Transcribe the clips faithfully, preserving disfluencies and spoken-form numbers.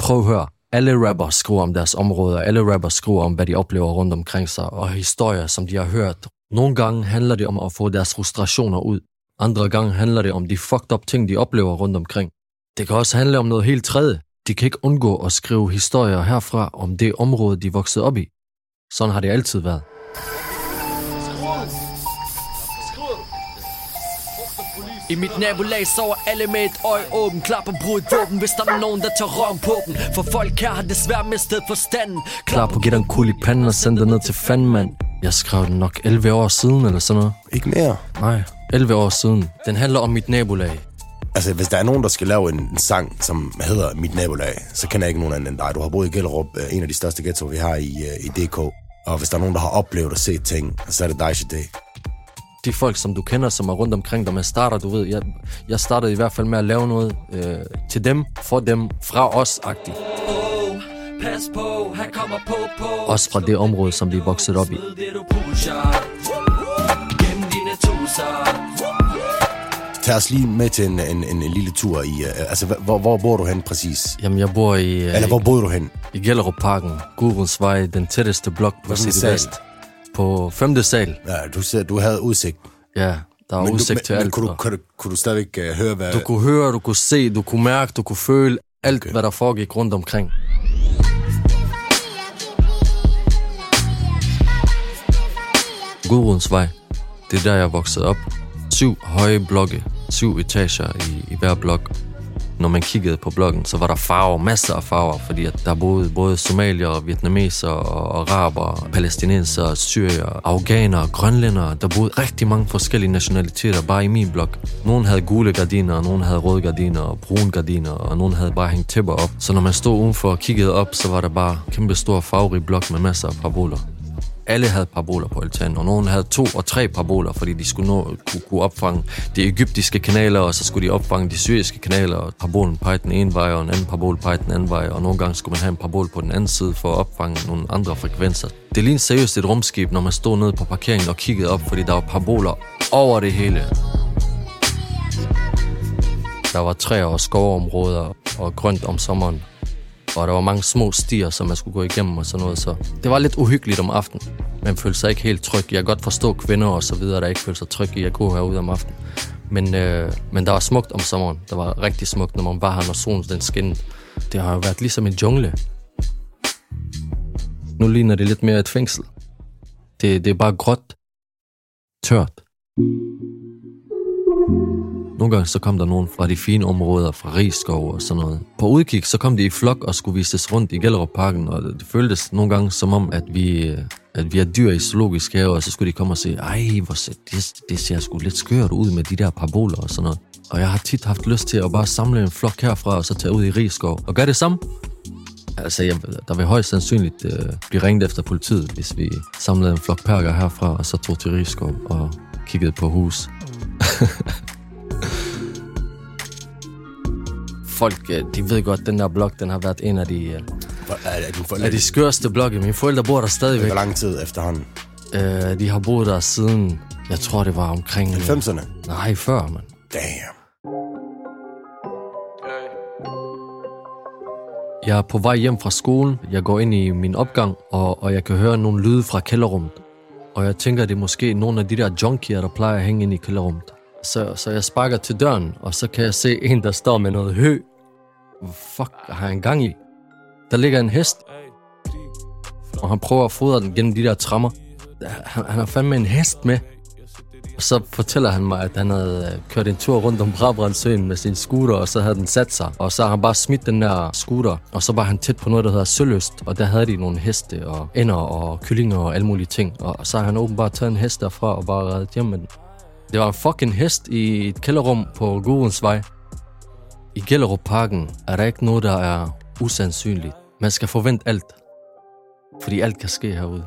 prøv at høre. Alle rapper skriver om deres områder, alle rapper skriver om, hvad de oplever rundt omkring sig, og historier, som de har hørt. Nogle gange handler det om at få deres frustrationer ud. Andre gange handler det om de fucked up ting, de oplever rundt omkring. Det kan også handle om noget helt tredje. De kan ikke undgå at skrive historier herfra om det område, de voksede op i. Sådan har det altid været. I mit nabolag sover alle med et øje åben, klar på at bruge et våben, hvis der er nogen, der tager røven på dem. For folk her har desværre mistet forstanden. Klar på at give dig en kul i panden og sende dig ned til fanden, mand. Jeg skrev den nok elleve år siden, eller sådan noget. Ikke mere? Nej, elleve år siden. Den handler om mit nabolag. Altså, hvis der er nogen, der skal lave en, en sang, som hedder Mit Nabolag, så kan jeg ikke nogen anden end dig. Du har boet i Gellerup, en af de største ghettoer, vi har i, i D K. Og hvis der er nogen, der har oplevet og set ting, så er det dig, Shadé. De folk, som du kender, som er rundt omkring dig, man starter, du ved, jeg, jeg startede i hvert fald med at lave noget øh, til dem, for dem, fra os-agtigt. Oh, pas på, han kommer på, på. Også fra det område, som de er vokset op i. Tag os lige med til en, en, en, en lille tur i... Uh, altså, hvor, hvor bor du hen præcis? Jamen, jeg bor i... Uh, Eller hvor boede du hen? I Gellerup Parken, Gurensvej, den tætteste blok på Sydvest. På femte sal. Ja, du, ser, du havde udsigt. Ja, der var udsigt du, til men, alt. Kunne du, kunne, du, kunne du stadigvæk uh, høre, hvad... Du kunne høre, du kunne se, du kunne mærke, du kunne føle alt, okay. Hvad der foregik rundt omkring. Gurensvej, det er der, jeg voksede op. Syv høje blokke, syv etager i, i hver blok. Når man kiggede på blokken, så var der farver, masser af farver, fordi at der boede både somalier, vietnameser, og araber, palæstinenser, syrier, afghanere, grønlændere. Der boede rigtig mange forskellige nationaliteter bare i min blok. Nogle havde gule gardiner, nogle havde røde gardiner og brune gardiner, og nogle havde bare hængt tæpper op. Så når man stod udenfor og kiggede op, så var der bare kæmpe stor farverig blok med masser af paraboler. Alle havde paraboler på altanen, og nogen havde to og tre paraboler, fordi de skulle nå, kunne, kunne opfange de egyptiske kanaler, og så skulle de opfange de syriske kanaler, og parabolen pegede den ene vej, og en anden parabol pegede den anden vej, og nogle gange skulle man have en parabol på den anden side for at opfange nogle andre frekvenser. Det lignede seriøst et rumskib, når man stod nede på parkeringen og kiggede op, fordi der var paraboler over det hele. Der var træer og skovområder og grønt om sommeren. Og der var mange små stier, som man skulle gå igennem og sådan noget, så det var lidt uhyggeligt om aftenen. Man følte sig ikke helt tryg. Jeg kan godt forstå kvinder og så videre, der ikke følte sig trygge i at gå herude om aftenen. Men, øh, men der var smukt om sommeren. Der var rigtig smukt, når man var her, når solen den skinnede. Det har jo været ligesom en jungle. Nu ligner det lidt mere et fængsel. Det, det er bare gråt. Tørt. Nogle gange så kom der nogen fra de fine områder, fra Rigskov og sådan noget. På udkig så kom de i flok og skulle vises rundt i Gellerup Parken, og det føltes nogle gange som om, at vi, at vi er dyr i zoologisk have, og så skulle de komme og sige, ej, hvor se, det, det ser sgu lidt skørt ud med de der paraboler og sådan noget. Og jeg har tit haft lyst til at bare samle en flok herfra, og så tage ud i Rigskov og gøre det samme. Altså, jeg, der vil højst sandsynligt øh, blive ringet efter politiet, hvis vi samlede en flok perker herfra, og så tog til Rigskov og kiggede på hus. Folk, de ved godt, at den der blok, den har været en af de, uh, af de skørste blokke. Mine forældre bor der stadigvæk. Hvor lang tid efterhånden? Uh, de har boet der siden, jeg tror det var omkring... halvfemserne? Nej, før, mand. Damn. Jeg er på vej hjem fra skolen. Jeg går ind i min opgang, og, og jeg kan høre nogle lyde fra kælderrummet. Og jeg tænker, det er måske nogle af de der junkier, der plejer at hænge ind i kælderrummet. Så, så jeg sparker til døren, og så kan jeg se en, der står med noget hø. Hvad fuck har han gang i? Der ligger en hest, og han prøver at fodre den gennem de der trammer. Han, han har fandme en hest med. Og så fortæller han mig, at han havde kørt en tur rundt om Brabrandsøen med sin scooter, og så havde den sat sig. Og så har han bare smidt den der scooter, og så var han tæt på noget, der hedder Søløst. Og der havde de nogle heste og ender og kyllinger og alle mulige ting. Og så har han åbenbart taget en hest derfra og bare reddet hjem med den. Det var en fucking hest i et kælderrum på Gurensvej. I Gellerup Parken er der ikke noget, der er usandsynligt. Man skal forvente alt, fordi alt kan ske herude.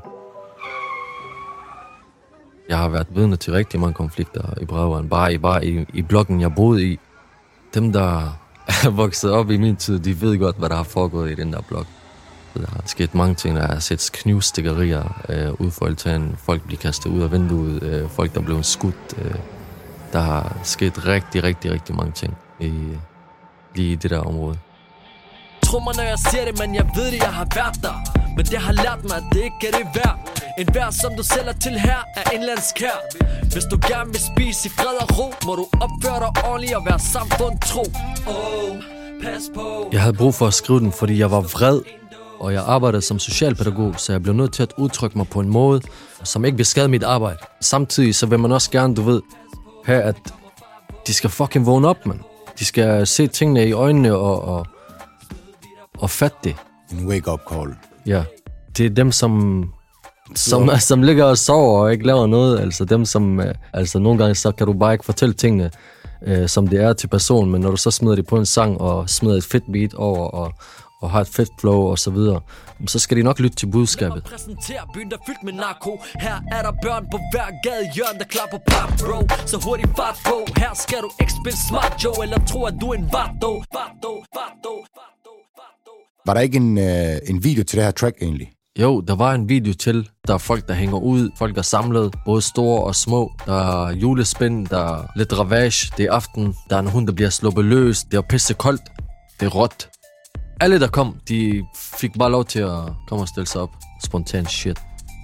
Jeg har været vidne til rigtig mange konflikter i Brabrand, bare i, bare i, i blokken, jeg boede i. Dem, der er vokset op i min tid, de ved godt, hvad der har foregået i den der blok. Der har sket mange ting. Der har set knivstikkerier øh, ud for altanen. Folk bliver kastet ud af vinduet. Øh, folk, der blev skudt. Øh. Der har sket rigtig, rigtig, rigtig mange ting i, lige i det der område. tro mig, når jeg siger det, men jeg ved det, jeg har været der. Men det har lært mig, at det ikke er det værd. En værd, som du sælger til her, er indlandskær. Hvis du gerne vil spise i fred og ro, må du opføre dig ordentligt og være samfundstro. Oh, pas på. Jeg havde brug for at skrive den, fordi jeg var vred. Og jeg arbejdede som socialpædagog, så jeg blev nødt til at udtrykke mig på en måde, som ikke vil skade mit arbejde. Samtidig så vil man også gerne, du ved, have, at de skal fucking vågne op, man. De skal se tingene i øjnene og, og, og fatte det. En wake-up call. Ja, det er dem, som, som, som ligger og sover og ikke laver noget. Altså dem, som... Altså nogle gange, så kan du bare ikke fortælle tingene, øh, som det er til personen. Men når du så smider det på en sang og smider et fedt beat over og... og har et fedt flow og så videre, så skal de nok lytte til budskabet. Præsentere byen, der fyldt med narko. Her er der børn på hver gade hjørne, der klapper pap, bro. Så hurtigt fart på. Her skal du ikke spille smart, Joe, eller tro, at du er en vardo. Var der ikke en, øh, en video til det her track egentlig? Jo, der var en video til. Der er folk, der hænger ud. Folk, der er samlet. Både store og små. Der er julespind. Der er lidt ravage. Det er aften. Der er en hund, der bliver sluppet løs. Det er pisse koldt. Det er råt. Alle, der kom, de fik bare lov til at komme og stille sig op. Spontan shit.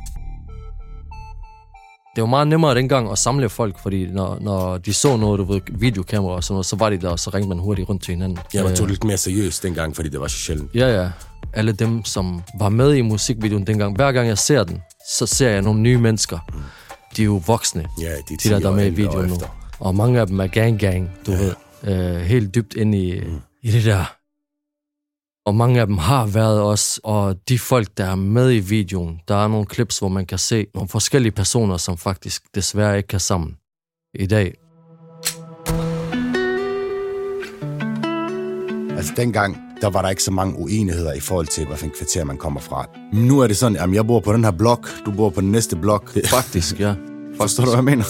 Det var meget nemmere dengang at samle folk, fordi når, når de så noget, du ved, videokamera og sådan noget, så var de der, og så ringte man hurtigt rundt til hinanden. Ja, man tog lidt mere seriøst dengang, fordi det var så sjældent. Ja, ja. Alle dem, som var med i musikvideoen dengang, hver gang jeg ser den, så ser jeg nogle nye mennesker. Mm. De er jo voksne, ja, de, de der, der er med i videoen nu. Og mange af dem er gang-gang, du ja. ved. Øh, helt dybt inde i, mm. i det der. Og mange af dem har været også, og de folk, der er med i videoen, der er nogle clips, hvor man kan se nogle forskellige personer, som faktisk desværre ikke kan sammen i dag. Altså dengang, der var der ikke så mange uenigheder i forhold til, hvilken kvarter man kommer fra. Nu er det sådan, at jeg bor på den her blok, du bor på den næste blok. Faktisk, ja. Forstår du, hvad jeg mener?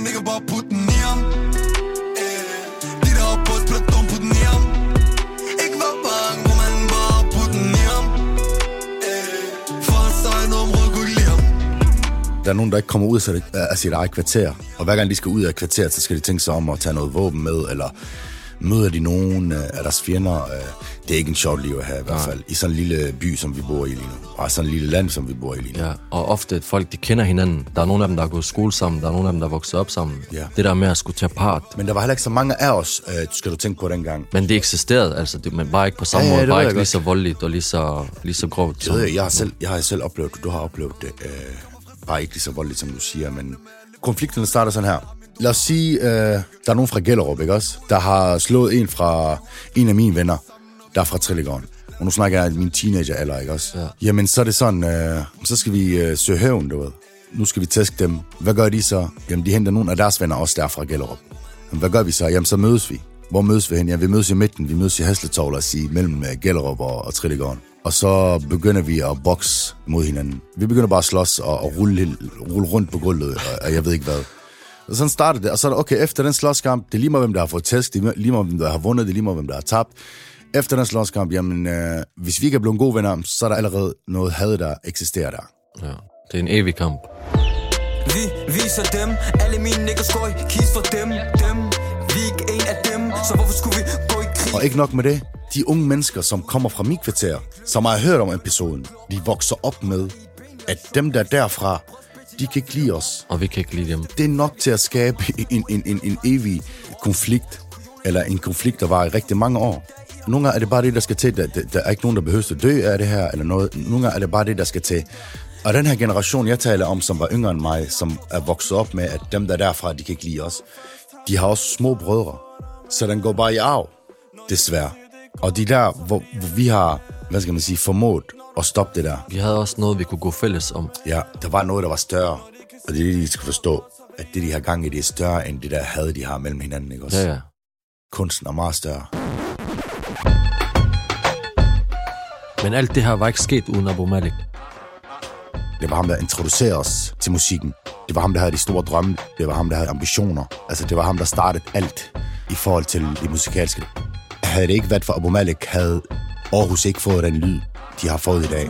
Der er nogen, der ikke kommer ud af sit eget kvarter. Og hver gang de skal ud af kvarteret, så skal de tænke sig om at tage noget våben med, eller møder de nogen af deres fjender. Det er ikke en sjovt liv at have i hvert fald. I sådan en lille by, som vi bor i lige nu. Og sådan en lille land, som vi bor i lige nu. Ja, og ofte folk, de kender hinanden. Der er nogle af dem, der har gået i skole sammen. Der er nogle af dem, der er vokset op sammen. Ja. Det der med at skulle tage part. Men der var heller ikke så mange af os, øh, skal du tænke på dengang. Men det eksisterede, altså. Det, men bare ikke på samme ja, måde. Ja, bare ikke lige så voldeligt og lige så, lige så grovt. Det ved jeg, jeg har selv, jeg har selv oplevet det. Du har oplevet det. Øh, bare ikke lige så voldeligt, som du siger. Men konflikterne starter sådan her. Lad os sige, øh, der er nogen fra Gellerup, ikke også? Der har slået en fra en af mine venner, der er fra Trillegården. Og nu snakker jeg min teenager-alder, ikke også? Ja. Jamen, så er det sådan, øh, så skal vi øh, søge hævn, du ved. Nu skal vi tæske dem. Hvad gør de så? Jamen, de henter nogle af deres venner også der fra Gellerup. Jamen, hvad gør vi så? Jamen, så mødes vi. Hvor mødes vi hen? Jamen, vi mødes i midten. Vi mødes i Hasletorv, lad os sige, mellem Gellerup og, og Trillegården. Og så begynder vi at bokse mod hinanden. Vi begynder bare at slås og, og rulle, rulle rundt på gulvet, og, og jeg ved ikke hvad. Og sådan startede det, og så er det, okay, efter den slåskamp, det er lige meget, hvem der har fået tæsk, det er lige meget, hvem der har vundet, det er lige meget, hvem der har tabt. Efter den slåskamp, jamen, øh, hvis vi ikke er blevet gode venner, så er der allerede noget had, der eksisterer der. Ja, det er en evig kamp. Vi viser dem, alle mine niggas går i kis for dem, dem. Vi er ikke en af dem, så hvorfor skulle vi gå i krig? Og ikke nok med det, de unge mennesker, som kommer fra mit kvarter, som har hørt om episoden, de vokser op med, at dem der derfra, de kan ikke lide os. Og vi kan ikke lide dem. Det er nok til at skabe en, en, en, en evig konflikt, eller en konflikt, der var i rigtig mange år. Nogle gange er det bare det, der skal til. Der, der, der er ikke nogen, der behøver at dø af det her, eller noget. Nogle gange er det bare det, der skal til. Og den her generation, jeg taler om, som var yngre end mig, som er vokset op med, at dem, der er derfra, de kan ikke lide os. De har også små brødre. Så den går bare i arv, desværre. Og de der, hvor, hvor vi har, hvad skal man sige, formået at stoppe det der. Vi havde også noget, vi kunne gå fælles om. Ja, der var noget, der var større. Og det er det, de skal forstå. At det, de har gang i, det er større, end det der had, de har mellem hinanden, ikke også? Ja, ja. Kunsten er meget større. Men alt det her var ikke sket uden Abu Malik. Det var ham, der introducerede os til musikken. Det var ham, der havde de store drømme. Det var ham, der havde ambitioner. Altså, det var ham, der startede alt i forhold til det musikalske. Havde det ikke været for Abu Malik, havde Aarhus ikke fået den lyd, de har fået i dag.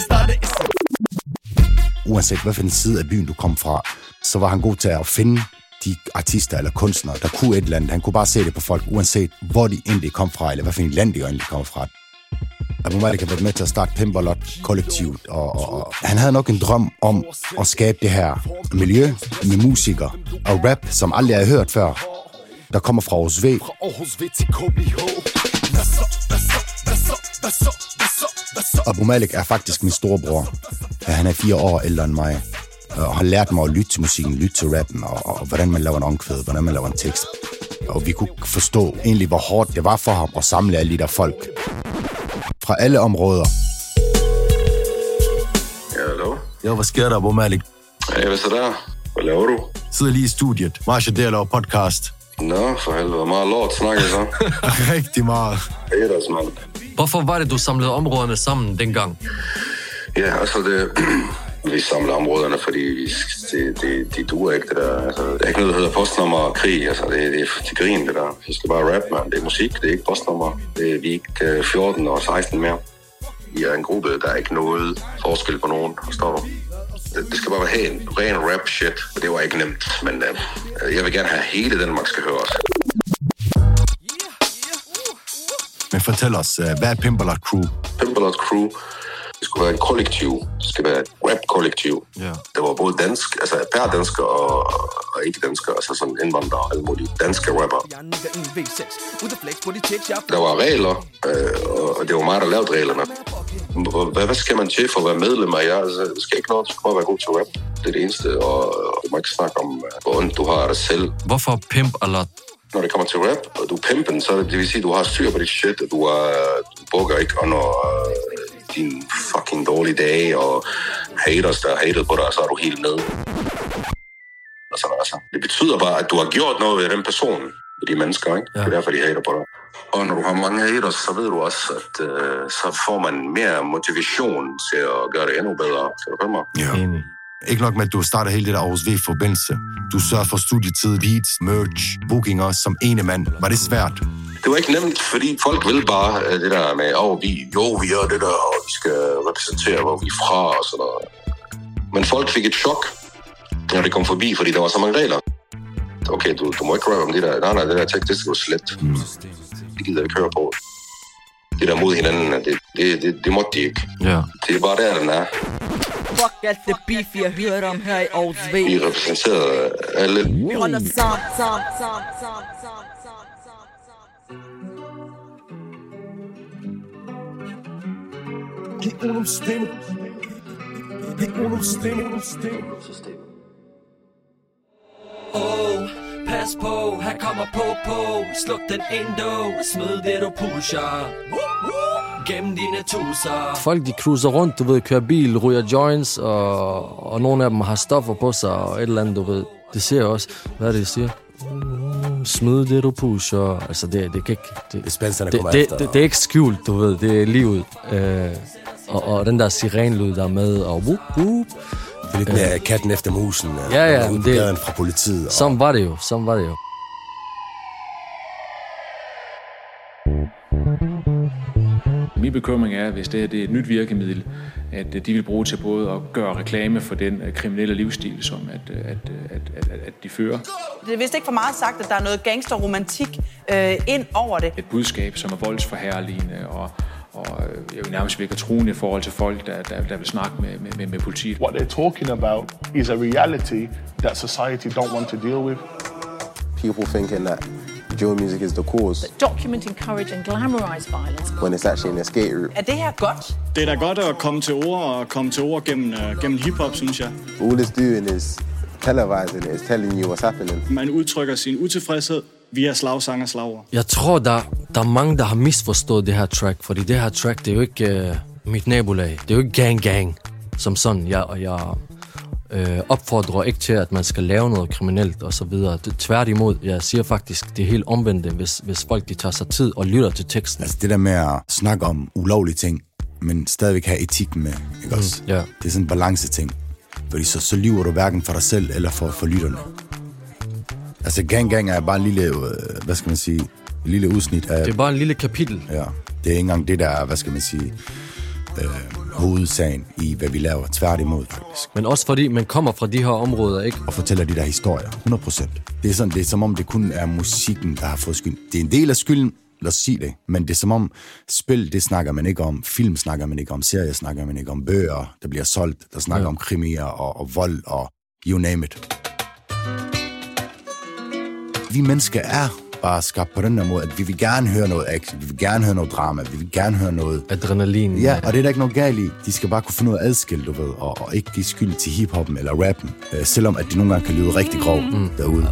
Uanset hvilken side af byen du kom fra, så var han god til at finde de artister eller kunstnere, der kunne et eller andet. Han kunne bare se det på folk, uanset hvor de egentlig kom fra, eller hvad for en land de egentlig kom fra. Abu Malik har været med til at starte Pimp a Lot-kollektivet, og, og, og han havde nok en drøm om at skabe det her miljø med musikere og rap, som aldrig jeg har hørt før, der kommer fra Aarhus V. Abu Malik er faktisk min storebror. Han er fire år ældre end mig, og har lært mig at lytte til musikken, lytte til rappen, og, og, og hvordan man laver en omkvæd, hvordan man laver en tekst. Og vi kunne forstå egentlig, hvor hårdt det var for ham at samle alle de der folk fra alle områder. Ja, hallo? Jo, hvad sker der, Abu Malik? Hey, hvad så der? Hvad laver du? Sidder lige i studiet. Marsha der laver podcast. Nå, for helvede. Meget lort snakker så. Rigtig meget. Haters, mand. Hvorfor var det, du samlede områderne sammen dengang? Ja, altså det... Vi samler områderne, fordi det, det, det duer ikke, det der. Altså, det er ikke noget, der hedder postnummer og krig. Altså, det, det er til grin, det der. Vi skal bare rap, man. Det er musik, det er ikke postnummer. Det er, vi er ikke fjorten og seksten mere. Vi er en gruppe, der er ikke noget forskel på nogen, forstår du? Det, det skal bare have en ren rap shit, og det var ikke nemt. Men uh, jeg vil gerne have hele Danmark skal høre os. Men fortæl os, hvad er Pimp a Lot Crew? Pimp a Lot Crew. Det skulle være et kollektiv. Det skal være et rap-kollektiv. Yeah. Der var både dansk, altså per dansker og, og ikke dansker, altså sådan indvandrere og alle mulige danske rapper. Der var regler, øh, og det var mig, der lavede reglerne. Hvad, hvad skal man til for at være medlem af jer? Altså, det skal ikke noget, du skal bare være god til rap. Det er det eneste, og du må ikke snakke om, hvor ondt du har af dig selv. Hvorfor Pimp a Lot? Når det kommer til rap, og du er pimpen, så det vil sige, at du har styr på dit shit, og du, er, du bukker ikke under uh, din fucking dårlige dage, og haters, der har hatet på dig, så er du helt nede. Altså, altså. Det betyder bare, at du har gjort noget ved den person, ved de mennesker, ikke? Ja. Det er derfor, de hater på dig. Og når du har mange haters, så ved du også, at uh, så får man mere motivation til at gøre det endnu bedre. Skal du komme? Ja. Enig. Ikke nok med, at du starter hele det der Aarhus V-forbindelse. Du sørger for studietid, beats, merch, bookinger som ene mand. Var det svært? Det var ikke nemt, fordi folk vil bare det der med, åh, oh, vi, jo, vi gør det der, og vi skal repræsentere, hvor vi er fra, og sådan noget. Men folk fik et chok, når det kom forbi, fordi der var så mange regler. Okay, du, du må ikke rappe om det der. Nej, nej, det der tekst, det skal du slet. Mm. Det gider ikke høre på. Det der mod hinanden, det, det, det, det måtte de ikke. Ja. Det er bare der, den er. Fuck alt det beef, jeg hørte om her i Aarhus V. Vi repræsenterede alle. Vi holder sammen, sammen, sammen, sammen, sammen, sammen. Giv unum stemme. Giv unum stemme. Oh, pas på, her kommer på på. Sluk den endo, smid det du pusher. Gennem dine tusser. Folk, de cruiser rundt, du ved, kører bil, ryger joints, og, og nogle af dem har stoffer på sig, og et eller andet, du ved. Det siger jeg også. Hvad er det, jeg siger? Mm, smid det, du pusher. Altså, det, det kan ikke... Det, det, det, det, det, det, det er ikke skjult, du ved. Det er livet. Øh, og, og den der sirenlyd, der er med, og whoop, whoop. Det er lidt mere øh, katten efter musen. Ja, ja. Og det, fra politiet. Og... Sådan var det jo. Sådan var det jo. Min bekymring er, hvis det her det er et nyt virkemiddel, at de vil bruge til både at gøre reklame for den kriminelle livsstil, som at, at, at, at, at de fører. Det er vist ikke for meget sagt, at der er noget gangsterromantik øh, ind over det. Et budskab, som er voldsforherligende og, og jeg vil nærmest virke truende i forhold til folk, der, der, der vil snakke med, med, med politiet. What they're talking about is a reality that society don't want to deal with. People thinking that drill music is the cause. That document, encourage and glamorize violence. When it's actually an escape route. Er det her godt? Det er da godt at komme til ord og komme til ord gennem, uh, gennem hiphop, synes jeg. All it's doing is televising it, is telling you what's happening. Man udtrykker sin utilfredshed via slagsang og slagord. Jeg tror, der, der er mange, der har misforstået det her track, fordi det her track, det er jo ikke uh, mit nabolag. Det er jo ikke gang gang, som sådan. Jeg, jeg øh, opfordrer ikke til, at man skal lave noget kriminelt og så videre. Det, tværtimod, jeg siger faktisk, det er helt omvendt, hvis, hvis folk de tager sig tid og lytter til teksten. Altså det der med at snakke om ulovlige ting, men stadigvæk have etikken med, ikke mm, også? Yeah. Det er sådan en balance-ting. Fordi så, så lyver du hverken for dig selv eller for, for lytterne. Altså gang gang er bare en lille, øh, hvad skal man sige, en lille udsnit af... Det er bare en lille kapitel. Ja, det er ikke engang det der, hvad skal man sige, øh, hovedsagen i, hvad vi laver. Tværtimod, faktisk. Men også fordi man kommer fra de her områder, ikke? Og fortæller de der historier. hundrede procent. Det er sådan, det er som om, det kun er musikken, der har fået skyld. Det er en del af skylden, lad os sige det. Men det er som om, spil, det snakker man ikke om. Film snakker man ikke om. Serier snakker man ikke om. Bøger, der bliver solgt. Der snakker ja. om krimier og, og vold og you name it. Vi mennesker er bare skabt på den der måde, at vi vil gerne høre noget action, vi vil gerne høre noget drama, vi vil gerne høre noget... Adrenalin. Ja, og det er der ikke noget galt i. De skal bare kunne finde noget adskilt, du ved, og, og ikke give skyld til hiphoppen eller rappen, øh, selvom at de nogle gange kan lyde rigtig grov mm. derude.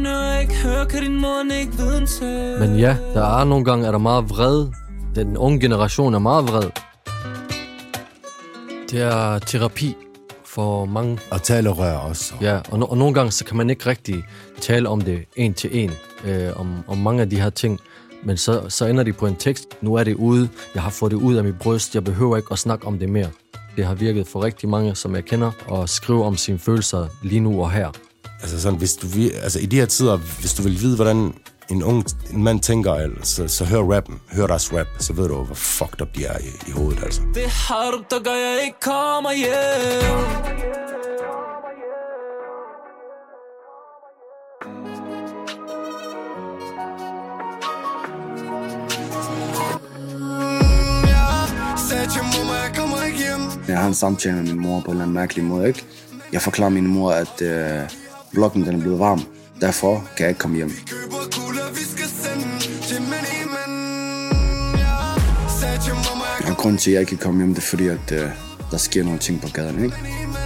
Men ja, der er nogle gange, er der meget vred. Den unge generation er meget vred. Det er terapi for mange. Og talerør også. Ja, og, no- og nogle gange, så kan man ikke rigtig tale om det en til en, øh, om, om mange af de her ting. Men så, så ender de på en tekst. Nu er det ude. Jeg har fået det ud af mit bryst. Jeg behøver ikke at snakke om det mere. Det har virket for rigtig mange, som jeg kender, at skrive om sine følelser lige nu og her. Altså sådan, hvis du vil, altså i de her tider, hvis du vil vide, hvordan en ung en mand tænker, så, så hør rappen, hør deres rap, så ved du, hvor fucked up de er i, i hovedet, altså. Det har du, der gør jeg ikke kommer hjem. Jeg har en samtale med min mor på en eller anden mærkelig måde, ikke? Jeg forklarer min mor, at øh, blokken den er blevet varm. Derfor kan jeg ikke komme hjem. Ja, grunden til, at jeg ikke kan komme hjem, det er fordi, at øh, der sker nogle ting på gaden, ikke?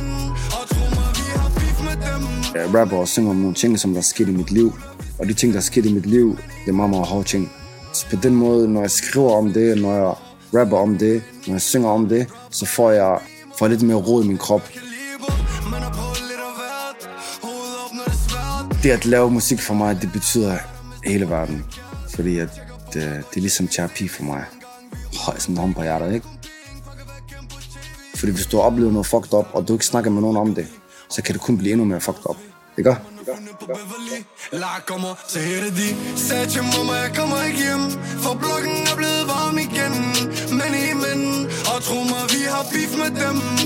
Jeg rapper og synger om nogle ting, som der er sket i mit liv. Og de ting, der er sket i mit liv, det er meget, meget hårde ting. Så på den måde, når jeg skriver om det, når jeg rapper om det, når jeg synger om det, så får jeg får lidt mere ro i min krop. Det at lave musik for mig, det betyder hele verden. Fordi at det, det er ligesom terapi for mig. Høj, sådan en hånd på hjertet, ikke? Fordi hvis du har oplevet noget fucked up, og du ikke snakker med nogen om det, så kan det kun blive endnu mere fucked up. Ikke? Lakker mig, så her er de. Sagde til mamma, jeg kommer ikke hjem. For blokken er blevet varm igen. Men i men, og tro mig, vi har beef med dem.